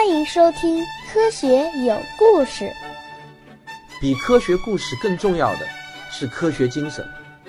欢迎收听科学有故事。 比科学故事更重要的是科学精神。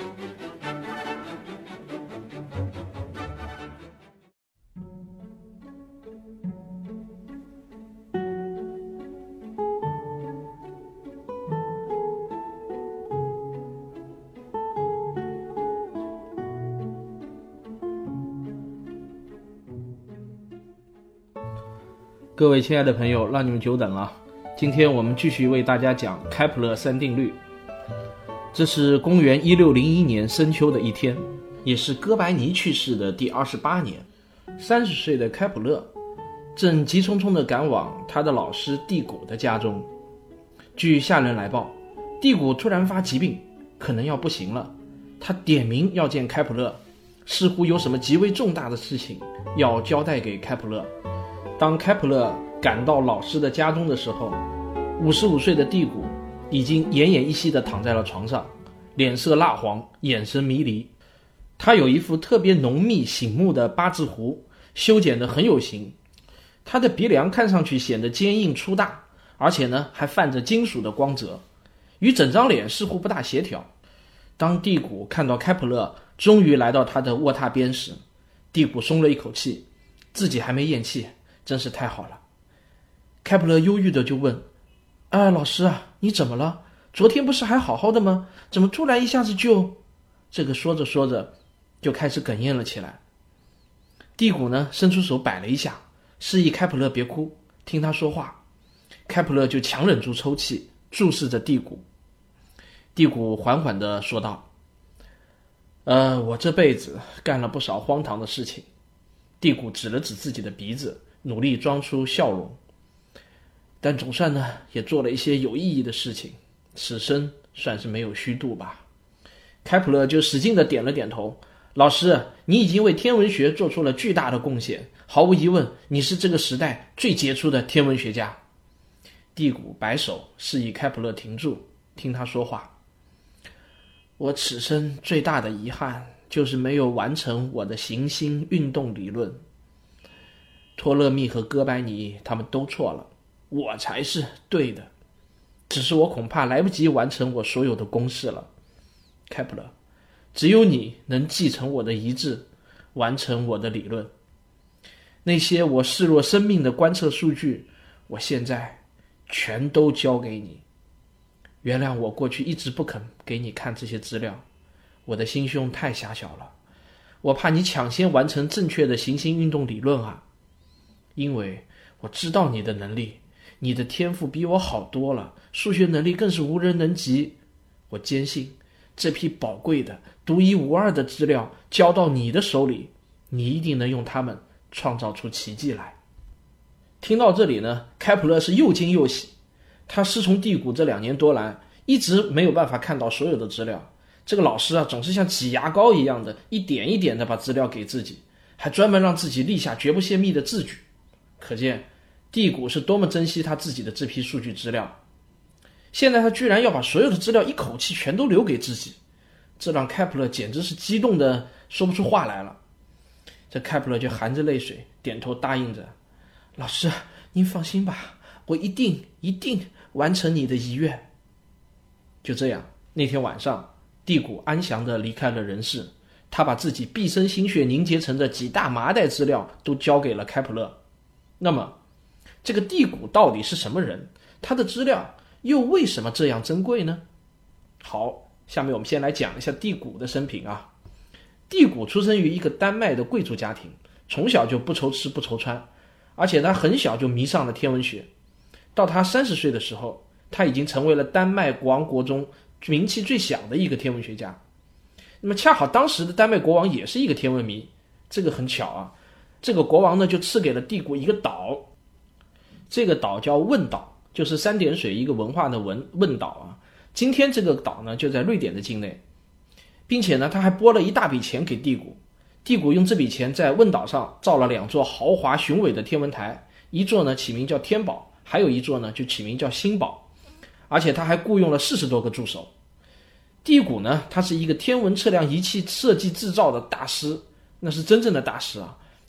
各位亲爱的朋友，让你们久等了。今天我们继续为大家讲开普勒三定律。这是公元1601年深秋的一天，也是哥白尼去世的第28年。30岁的开普勒正急匆匆地赶往他的老师蒂古的家中。据下人来报，蒂古突然发疾病，可能要不行了。他点名要见开普勒，似乎有什么极为重大的事情要交代给开普勒。当开普勒赶到老师的家中的时候，55岁的蒂古已经奄奄一息地躺在了床上，脸色蜡黄，眼神迷离。他有一副特别浓密醒目的八字胡，修剪得很有型。他的鼻梁看上去显得坚硬粗大，而且呢还泛着金属的光泽，与整张脸似乎不大协调。当蒂古看到开普勒终于来到他的卧榻边时，蒂古松了一口气，自己还没咽气，真是太好了。开普勒忧郁的就问：老师啊，你怎么了？昨天不是还好好的吗？怎么突然一下子就……这个说着说着就开始哽咽了起来。蒂古呢伸出手摆了一下，示意开普勒别哭，听他说话。开普勒就强忍住抽泣，注视着蒂古。蒂古缓缓地说道：我这辈子干了不少荒唐的事情。蒂古指了指自己的鼻子，努力装出笑容。但总算呢也做了一些有意义的事情，此生算是没有虚度吧。开普勒就使劲地点了点头：老师，你已经为天文学做出了巨大的贡献，毫无疑问，你是这个时代最杰出的天文学家。蒂古摆手示意开普勒停住，听他说话。我此生最大的遗憾就是没有完成我的行星运动理论。托勒密和哥白尼他们都错了，我才是对的，只是我恐怕来不及完成我所有的公式了。开普勒，只有你能继承我的遗志，完成我的理论。那些我视若生命的观测数据，我现在全都交给你。原谅我过去一直不肯给你看这些资料，我的心胸太狭小了，我怕你抢先完成正确的行星运动理论啊。因为我知道你的能力，你的天赋比我好多了，数学能力更是无人能及。我坚信这批宝贵的独一无二的资料交到你的手里，你一定能用它们创造出奇迹来。听到这里呢，开普勒是又惊又喜。他师从蒂古这2年多来一直没有办法看到所有的资料，这个老师啊总是像挤牙膏一样的一点一点的把资料给自己，还专门让自己立下绝不泄密的字据。可见蒂古是多么珍惜他自己的这批数据资料。现在他居然要把所有的资料一口气全都留给自己，这让开普勒简直是激动的说不出话来了。这开普勒就含着泪水点头答应着：老师，您放心吧，我一定完成你的遗愿。就这样，那天晚上蒂古安详地离开了人世，他把自己毕生心血凝结成的几大麻袋资料都交给了开普勒。那么这个蒂古到底是什么人？他的资料又为什么这样珍贵呢？好，下面我们先来讲一下蒂古的生平啊。蒂古出生于一个丹麦的贵族家庭，从小就不愁吃不愁穿，而且他很小就迷上了天文学。到他30岁的时候，他已经成为了丹麦国王国中名气最响的一个天文学家。那么恰好当时的丹麦国王也是一个天文迷，这个很巧啊。这个国王呢就赐给了蒂古一个岛，这个岛叫问岛，就是3点水一个文化的问岛啊。今天这个岛呢就在瑞典的境内，并且呢他还拨了一大笔钱给蒂古。蒂古用这笔钱在问岛上造了2座豪华雄伟的天文台，一座呢起名叫天宝，还有一座呢就起名叫星宝，而且他还雇佣了40多个助手。蒂古呢他是一个天文测量仪器设计制造的大师，那是真正的大师啊。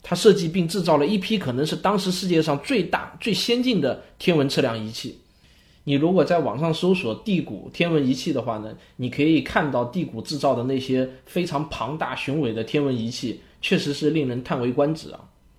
他设计并制造了一批可能是当时世界上最大最先进的天文测量仪器。你如果在网上搜索地谷天文仪器的话呢，你可以看到地谷制造的那些非常庞大雄伟的天文仪器，确实是令人叹为观止啊。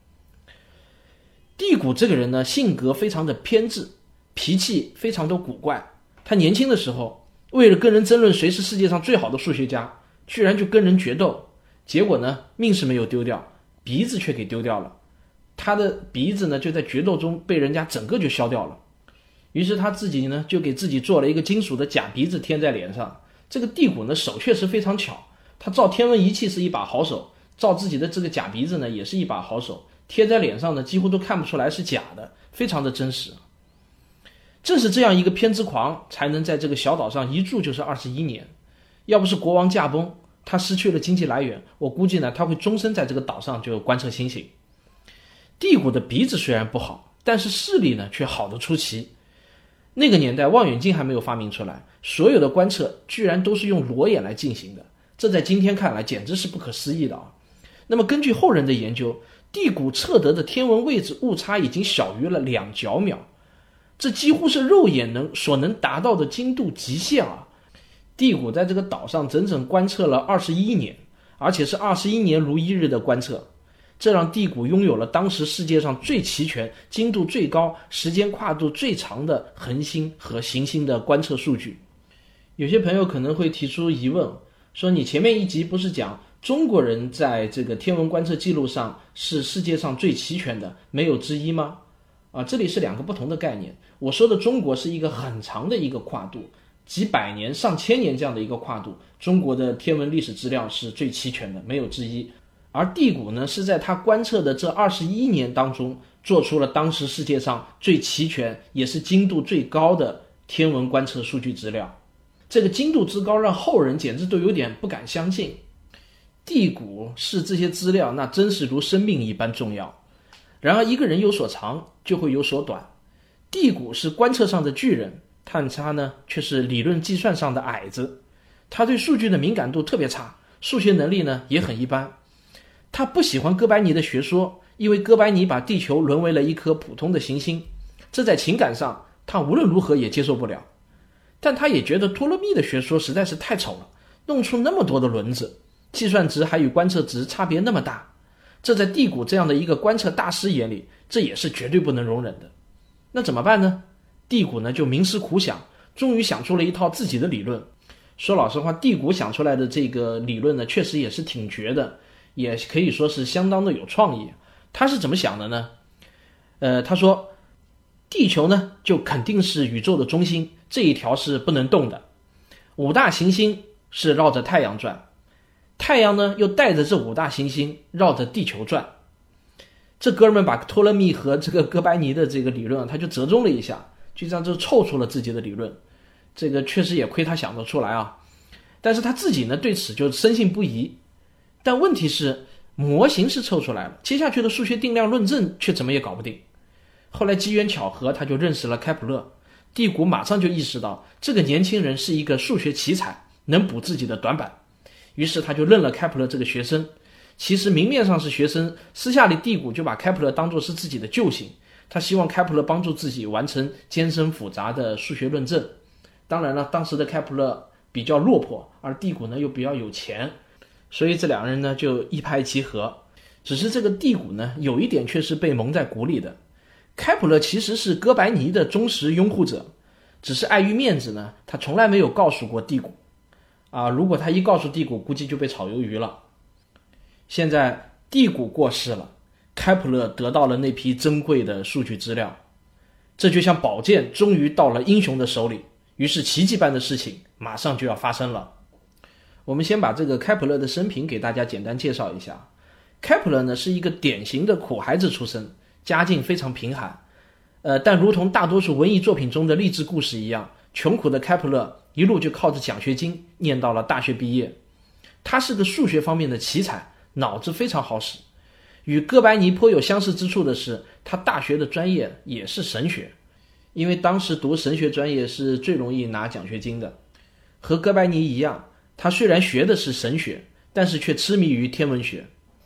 地谷这个人呢，性格非常的偏执，脾气非常的古怪。他年轻的时候为了跟人争论谁是世界上最好的数学家，居然就跟人决斗，结果呢命是没有丢掉，鼻子却给丢掉了。他的鼻子呢就在决斗中被人家整个就削掉了。于是他自己呢就给自己做了一个金属的假鼻子贴在脸上。这个地谷呢手确实非常巧，他造天文仪器是一把好手，造自己的这个假鼻子呢也是一把好手，贴在脸上呢几乎都看不出来是假的，非常的真实。正是这样一个偏执狂，才能在这个小岛上一住就是21年。要不是国王驾崩，他失去了经济来源，我估计呢他会终身在这个岛上就观测星星。地谷的鼻子虽然不好，但是视力呢却好得出奇。那个年代望远镜还没有发明出来，所有的观测居然都是用裸眼来进行的，这在今天看来简直是不可思议的啊。那么根据后人的研究，地谷测得的天文位置误差已经小于了2角秒，这几乎是肉眼所能达到的精度极限啊！地谷在这个岛上整整观测了21年，而且是21年如一日的观测，这让地谷拥有了当时世界上最齐全、精度最高、时间跨度最长的恒星和行星的观测数据。有些朋友可能会提出疑问，说你前面一集不是讲中国人在这个天文观测记录上是世界上最齐全的，没有之一吗？这里是2个不同的概念。我说的中国是一个很长的一个跨度，几百年、上千年这样的一个跨度，中国的天文历史资料是最齐全的，没有之一。而地谷呢，是在他观测的这21年当中，做出了当时世界上最齐全也是精度最高的天文观测数据资料。这个精度之高，让后人简直都有点不敢相信。地谷是这些资料，那真是如生命一般重要。然而一个人有所长，就会有所短。地谷是观测上的巨人，但他呢却是理论计算上的矮子。他对数据的敏感度特别差，数学能力呢也很一般。他不喜欢哥白尼的学说，因为哥白尼把地球沦为了一颗普通的行星，这在情感上他无论如何也接受不了。但他也觉得托勒密的学说实在是太丑了，弄出那么多的轮子，计算值还与观测值差别那么大，这在地谷这样的一个观测大师眼里，这也是绝对不能容忍的。那怎么办呢？地谷呢就冥思苦想，终于想出了一套自己的理论。说老实话，地谷想出来的这个理论呢，确实也是挺绝的，也可以说是相当的有创意。他是怎么想的呢？他说地球呢就肯定是宇宙的中心，这一条是不能动的。5大行星是绕着太阳转，太阳呢又带着这5大行星绕着地球转。这哥们把托勒密和这个哥白尼的这个理论他就折中了一下，就这样就凑出了自己的理论。这个确实也亏他想得出来啊。但是他自己呢对此就深信不疑。但问题是模型是凑出来了，接下去的数学定量论证却怎么也搞不定。后来机缘巧合，他就认识了开普勒。地谷马上就意识到这个年轻人是一个数学奇才，能补自己的短板，于是他就认了开普勒这个学生。其实明面上是学生，私下里地谷就把开普勒当作是自己的救星，他希望开普勒帮助自己完成艰深复杂的数学论证。当然了，当时的开普勒比较落魄，而地谷呢又比较有钱，所以这2人呢就一拍即合。只是这个地谷呢有一点却是被蒙在鼓里的，开普勒其实是哥白尼的忠实拥护者，只是碍于面子呢，他从来没有告诉过地谷如果他一告诉地谷，估计就被炒鱿鱼了。现在地谷过世了，开普勒得到了那批珍贵的数据资料，这就像宝剑终于到了英雄的手里，于是奇迹般的事情马上就要发生了。我们先把这个开普勒的生平给大家简单介绍一下。开普勒呢是一个典型的苦孩子出身，家境非常贫寒，但如同大多数文艺作品中的励志故事一样，穷苦的开普勒一路就靠着奖学金念到了大学毕业。他是个数学方面的奇才，脑子非常好使。与哥白尼颇有相似之处的是，他大学的专业也是神学，因为当时读神学专业是最容易拿奖学金的。和哥白尼一样，他虽然学的是神学，但是却痴迷于天文学。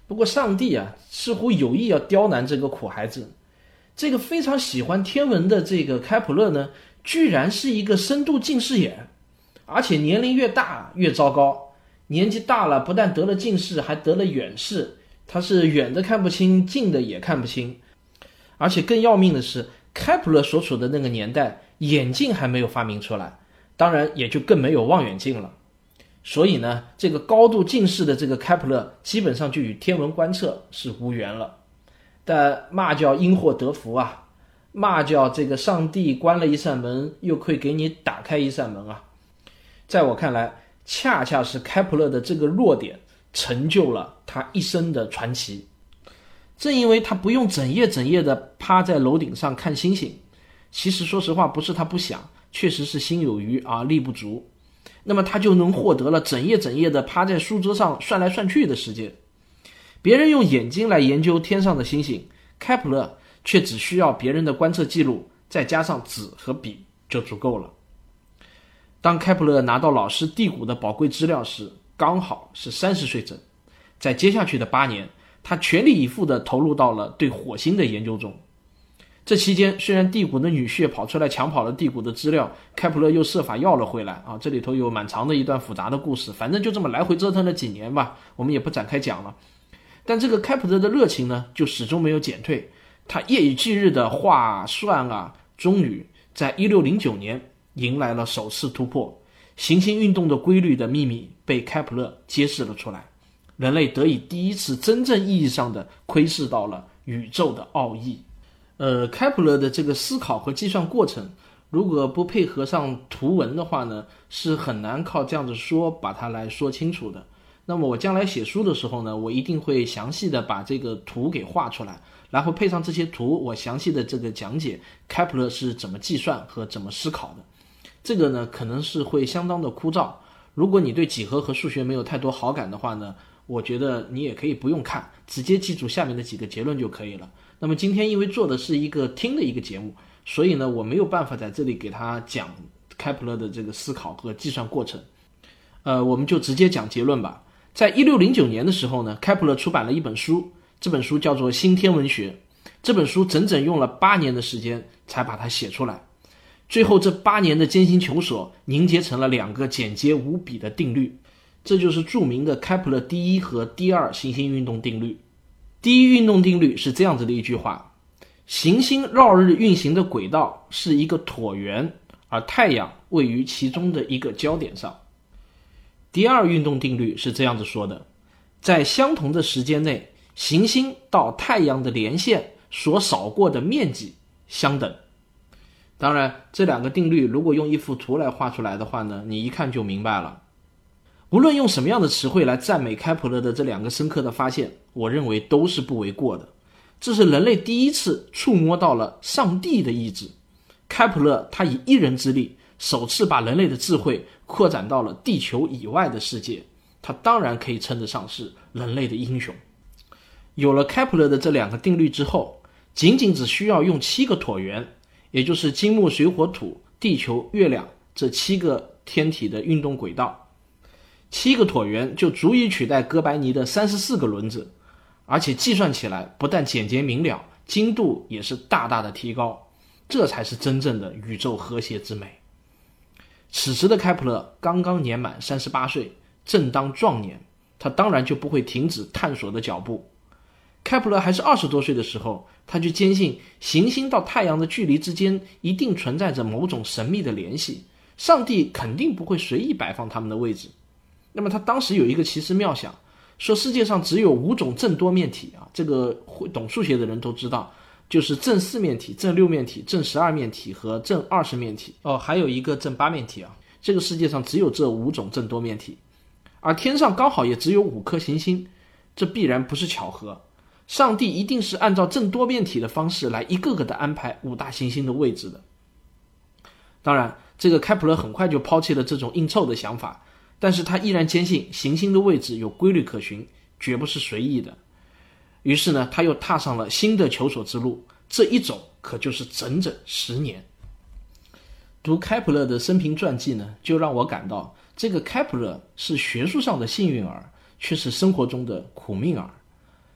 不过上帝啊，似乎有意要刁难这个苦孩子。这个非常喜欢天文的这个开普勒呢，居然是一个深度近视眼，而且年龄越大越糟糕。年纪大了，不但得了近视，还得了远视，他是远的看不清，近的也看不清。而且更要命的是，开普勒所处的那个年代，眼镜还没有发明出来，当然也就更没有望远镜了。所以呢，这个高度近视的这个开普勒基本上就与天文观测是无缘了。但嘛叫因祸得福啊，嘛叫这个上帝关了一扇门，又会给你打开一扇门啊。在我看来，恰恰是开普勒的这个弱点成就了他一生的传奇。正因为他不用整夜整夜的趴在楼顶上看星星，其实说实话不是他不想，确实是心有余而力不足，那么他就能获得了整夜整夜的趴在书桌上算来算去的时间。别人用眼睛来研究天上的星星，开普勒却只需要别人的观测记录，再加上纸和笔就足够了。当开普勒拿到老师第5的宝贵资料时，刚好是30岁整。在接下去的8年，他全力以赴地投入到了对火星的研究中。这期间，虽然第5的女婿跑出来抢跑了第5的资料，开普勒又设法要了回来啊，这里头有蛮长的一段复杂的故事，反正就这么来回折腾了几年吧，我们也不展开讲了。但这个开普勒的热情呢，就始终没有减退。他夜以继日的画算啊，终于在1609年迎来了首次突破，行星运动的规律的秘密被开普勒揭示了出来，人类得以第一次真正意义上的窥视到了宇宙的奥义。开普勒的这个思考和计算过程，如果不配合上图文的话呢，是很难靠这样子说把它来说清楚的。那么我将来写书的时候呢，我一定会详细的把这个图给画出来，然后配上这些图，我详细的这个讲解开普勒是怎么计算和怎么思考的。这个呢，可能是会相当的枯燥。如果你对几何和数学没有太多好感的话呢，我觉得你也可以不用看，直接记住下面的几个结论就可以了。那么今天因为做的是一个听的一个节目，所以呢，我没有办法在这里给他讲开普勒的这个思考和计算过程。我们就直接讲结论吧。在1609年的时候呢，开普勒出版了一本书，这本书叫做《新天文学》。这本书整整用了8年的时间才把它写出来。最后这8年的艰辛求索凝结成了2个简洁无比的定律，这就是著名的开普勒第1和第2行星运动定律。第1运动定律是这样子的一句话：行星绕日运行的轨道是一个椭圆，而太阳位于其中的一个焦点上。第2运动定律是这样子说的：在相同的时间内，行星到太阳的连线所扫过的面积相等。当然，这2个定律如果用一幅图来画出来的话呢，你一看就明白了。无论用什么样的词汇来赞美开普勒的这2个深刻的发现，我认为都是不为过的。这是人类第一次触摸到了上帝的意志。开普勒他以一人之力，首次把人类的智慧扩展到了地球以外的世界，他当然可以称得上是人类的英雄。有了开普勒的这2个定律之后，仅仅只需要用7个椭圆，也就是金木水火土、地球、月亮这7个天体的运动轨道，7个椭圆就足以取代哥白尼的34个轮子，而且计算起来不但简洁明了，精度也是大大的提高，这才是真正的宇宙和谐之美。此时的开普勒刚刚年满38岁，正当壮年，他当然就不会停止探索的脚步。开普勒还是20多岁的时候，他就坚信行星到太阳的距离之间一定存在着某种神秘的联系，上帝肯定不会随意摆放他们的位置。那么他当时有一个奇思妙想，说世界上只有5种正多面体啊，这个懂数学的人都知道，就是正4面体、正6面体、正12面体和正20面体还有一个正8面体啊。这个世界上只有这5种正多面体，而天上刚好也只有5颗行星，这必然不是巧合。上帝一定是按照正多面体的方式来一个个的安排5大行星的位置的。当然，这个开普勒很快就抛弃了这种硬凑的想法，但是他依然坚信行星的位置有规律可循，绝不是随意的。于是呢，他又踏上了新的求索之路，这一走可就是整整10年。读开普勒的生平传记呢，就让我感到这个开普勒是学术上的幸运儿，却是生活中的苦命儿。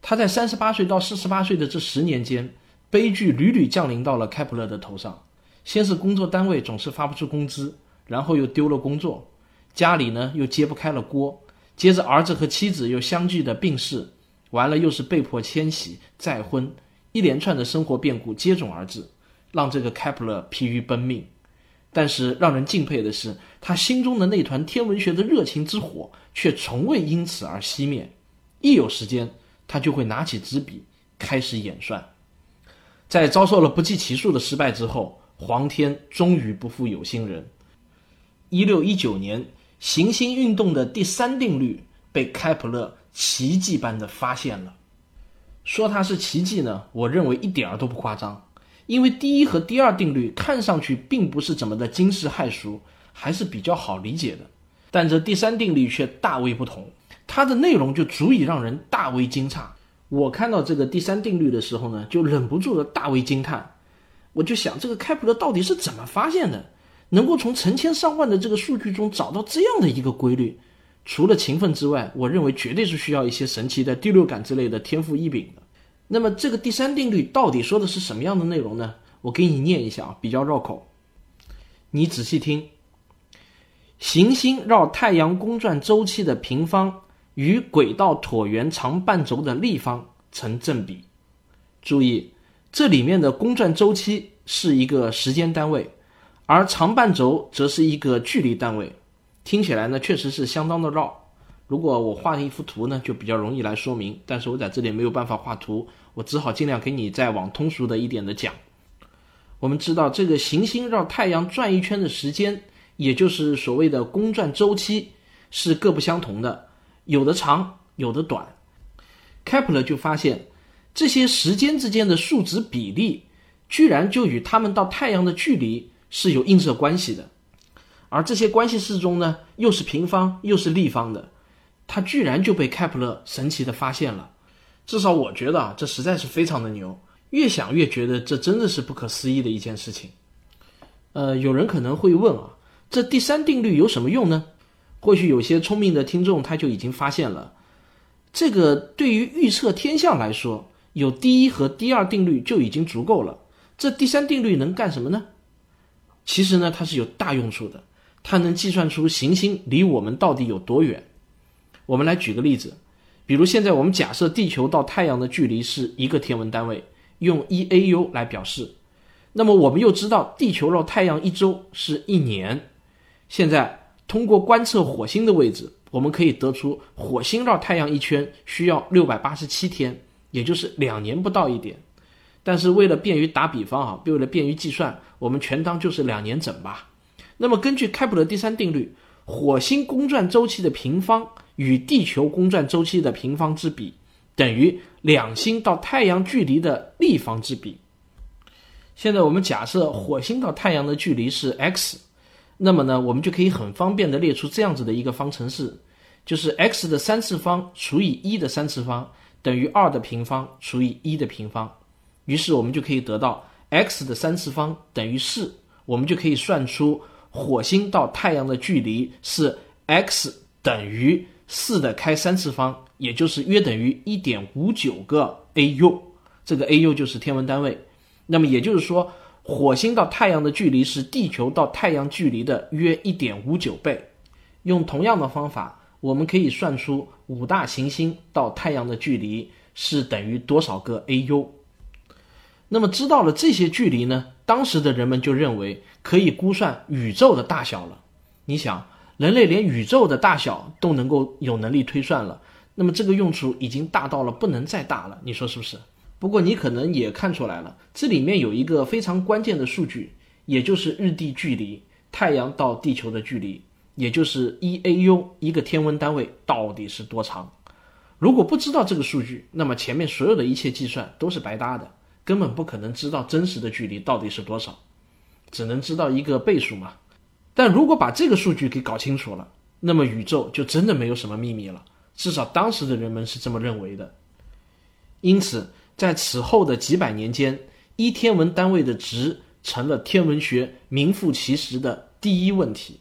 他在38岁到48岁的这10年间，悲剧屡屡降临到了开普勒的头上。先是工作单位总是发不出工资，然后又丢了工作，家里呢又揭不开了锅，接着儿子和妻子又相继的病逝，完了又是被迫迁徙再婚，一连串的生活变故接踵而至，让这个开普勒疲于奔命。但是让人敬佩的是，他心中的那团天文学的热情之火却从未因此而熄灭，一有时间他就会拿起纸笔开始演算。在遭受了不计其数的失败之后，皇天终于不负有心人。1619年，行星运动的第3定律被开普勒奇迹般的发现了。说它是奇迹呢，我认为一点儿都不夸张，因为第一和第二定律看上去并不是怎么的惊世骇俗，还是比较好理解的。但这第3定律却大为不同，它的内容就足以让人大为惊诧。我看到这个第3定律的时候呢，就忍不住的大为惊叹。我就想，这个开普勒到底是怎么发现的，能够从成千上万的这个数据中找到这样的一个规律？除了勤奋之外，我认为绝对是需要一些神奇的第六感之类的天赋异禀的。那么这个第3定律到底说的是什么样的内容呢？我给你念一下啊，比较绕口，你仔细听。行星绕太阳公转周期的平方与轨道椭圆长半轴的立方成正比。注意，这里面的公转周期是一个时间单位，而长半轴则是一个距离单位。听起来呢，确实是相当的绕。如果我画一幅图呢，就比较容易来说明，但是我在这里没有办法画图，我只好尽量给你再往通俗的一点的讲。我们知道这个行星绕太阳转一圈的时间，也就是所谓的公转周期，是各不相同的，有的长，有的短。开普勒就发现，这些时间之间的数值比例，居然就与它们到太阳的距离是有映射关系的。而这些关系式中呢，又是平方又是立方的，它居然就被开普勒神奇的发现了。至少我觉得这实在是非常的牛，越想越觉得这真的是不可思议的一件事情。有人可能会问啊，这第3定律有什么用呢？或许有些聪明的听众他就已经发现了，这个对于预测天象来说，有第1和第2定律就已经足够了。这第3定律能干什么呢？其实呢，它是有大用处的，它能计算出行星离我们到底有多远。我们来举个例子，比如现在我们假设地球到太阳的距离是1个天文单位，用 1AU 来表示。那么我们又知道地球绕太阳1周是1年。现在通过观测火星的位置，我们可以得出火星绕太阳一圈需要687天，也就是2年不到一点。但是为了便于打比方为了便于计算，我们全当就是2年整吧。那么根据开普勒第3定律，火星公转周期的平方与地球公转周期的平方之比，等于两星到太阳距离的立方之比。现在我们假设火星到太阳的距离是 x， 那么呢，我们就可以很方便的列出这样子的一个方程式，就是 x 的3次方除以1的3次方等于2的平方除以1的平方。于是我们就可以得到 x 的3次方等于4，我们就可以算出火星到太阳的距离是 x 等于4的开3次方，也就是约等于 1.59 个 AU， 这个 AU 就是天文单位。那么也就是说，火星到太阳的距离是地球到太阳距离的约 1.59 倍。用同样的方法，我们可以算出5大行星到太阳的距离是等于多少个 AU。那么知道了这些距离呢，当时的人们就认为可以估算宇宙的大小了。你想，人类连宇宙的大小都能够有能力推算了，那么这个用处已经大到了不能再大了，你说是不是？不过你可能也看出来了，这里面有一个非常关键的数据，也就是日地距离，太阳到地球的距离，也就是 1AU 一个天文单位到底是多长。如果不知道这个数据，那么前面所有的一切计算都是白搭的，根本不可能知道真实的距离到底是多少，只能知道一个倍数嘛。但如果把这个数据给搞清楚了，那么宇宙就真的没有什么秘密了，至少当时的人们是这么认为的。因此在此后的几百年间，一天文单位的值成了天文学名副其实的第一问题，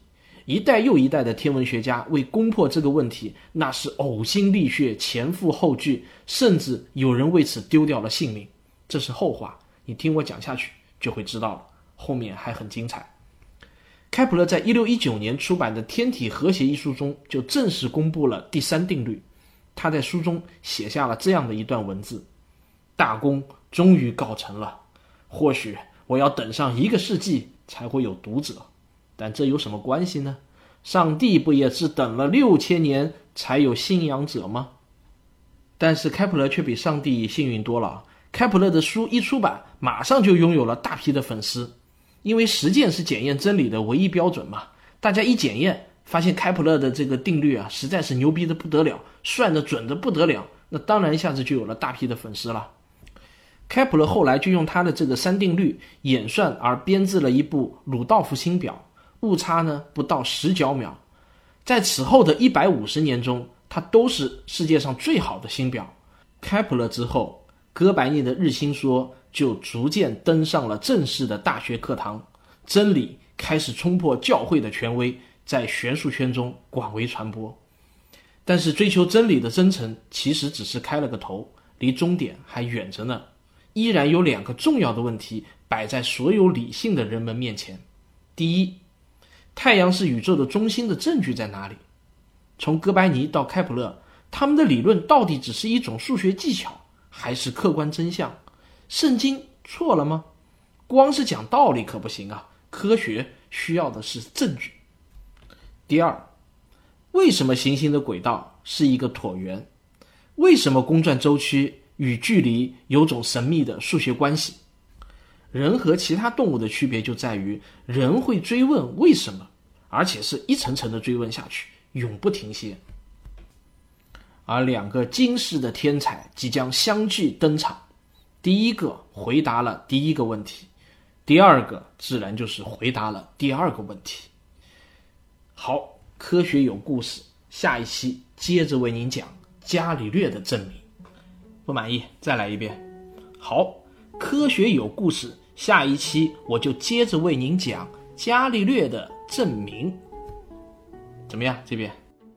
一代又一代的天文学家为攻破这个问题，那是呕心沥血，前赴后继，甚至有人为此丢掉了性命。这是后话，你听我讲下去就会知道了，后面还很精彩。开普勒在1619年出版的《天体和谐》一书中就正式公布了第三定律。他在书中写下了这样的一段文字：大功终于告成了，或许我要等上1个世纪才会有读者，但这有什么关系呢？上帝不也是等了6000年才有信仰者吗？但是开普勒却比上帝幸运多了。开普勒的书一出版，马上就拥有了大批的粉丝，因为实践是检验真理的唯一标准嘛。大家一检验，发现开普勒的这个定律啊，实在是牛逼的不得了，算得准的不得了，那当然一下子就有了大批的粉丝了。开普勒后来就用他的这个3定律演算而编制了一部鲁道夫星表，误差呢不到10角秒。在此后的150年中，它都是世界上最好的星表。开普勒之后，哥白尼的日心说就逐渐登上了正式的大学课堂，真理开始冲破教会的权威，在学术圈中广为传播。但是追求真理的征程其实只是开了个头，离终点还远着呢。依然有2个重要的问题摆在所有理性的人们面前。第一，太阳是宇宙的中心的证据在哪里？从哥白尼到开普勒，他们的理论到底只是一种数学技巧，还是客观真相？圣经错了吗？光是讲道理可不行啊，科学需要的是证据。第二，为什么行星的轨道是一个椭圆？为什么公转周期与距离有种神秘的数学关系？人和其他动物的区别就在于，人会追问为什么，而且是一层层的追问下去，永不停歇。而2个惊世的天才即将相继登场，第一个回答了第一个问题，第二个自然就是回答了第二个问题。好，科学有故事，下一期接着为您讲伽利略的证明。不满意再来一遍。好，科学有故事，下一期我就接着为您讲伽利略的证明。怎么样，这边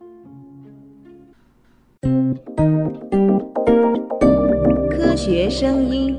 科学声音。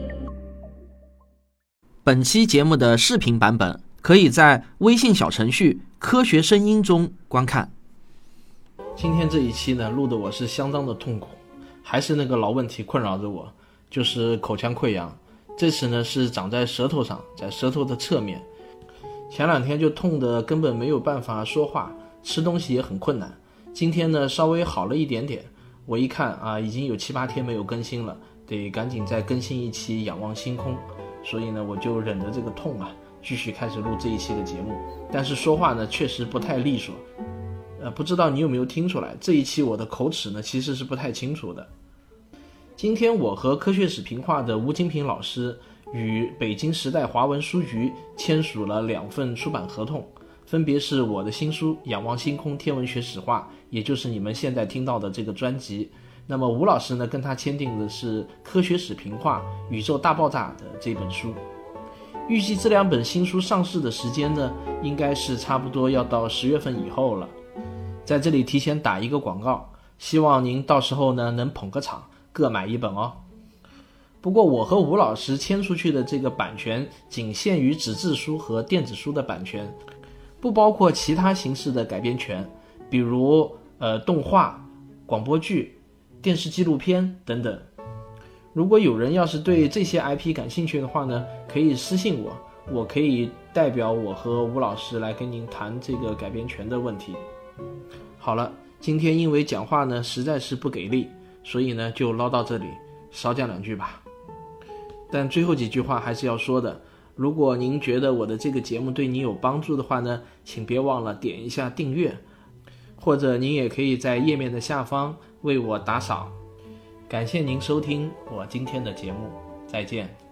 本期节目的视频版本可以在微信小程序科学声音中观看。 今天这一期呢，录的我是相当的痛苦，还是那个老问题困扰着我，就是口腔溃疡。这次呢是长在舌头上，在舌头的侧面。前2天就痛得根本没有办法说话，吃东西也很困难。今天呢稍微好了一点点，我一看啊，已经有7、8天没有更新了，得赶紧再更新一期仰望星空。所以呢我就忍着这个痛啊，继续开始录这一期的节目。但是说话呢确实不太利索，不知道你有没有听出来，这一期我的口齿呢其实是不太清楚的。今天我和科学史评话的吴金平老师与北京时代华文书局签署了2份出版合同，分别是我的新书《仰望星空天文学史话》，也就是你们现在听到的这个专辑。那么吴老师呢跟他签订的是科学史评话宇宙大爆炸的这本书。预计这2本新书上市的时间呢，应该是差不多要到10月份以后了。在这里提前打一个广告，希望您到时候呢能捧个场，各买1本哦。不过我和吴老师签出去的这个版权仅限于纸质书和电子书的版权，不包括其他形式的改编权，比如动画、广播剧、电视纪录片等等。如果有人要是对这些 IP 感兴趣的话呢，可以私信我，我可以代表我和吴老师来跟您谈这个改编权的问题。好了，今天因为讲话呢实在是不给力，所以呢就唠到这里，少讲2句吧。但最后几句话还是要说的，如果您觉得我的这个节目对你有帮助的话呢，请别忘了点一下订阅，或者您也可以在页面的下方为我打赏。感谢您收听我今天的节目，再见。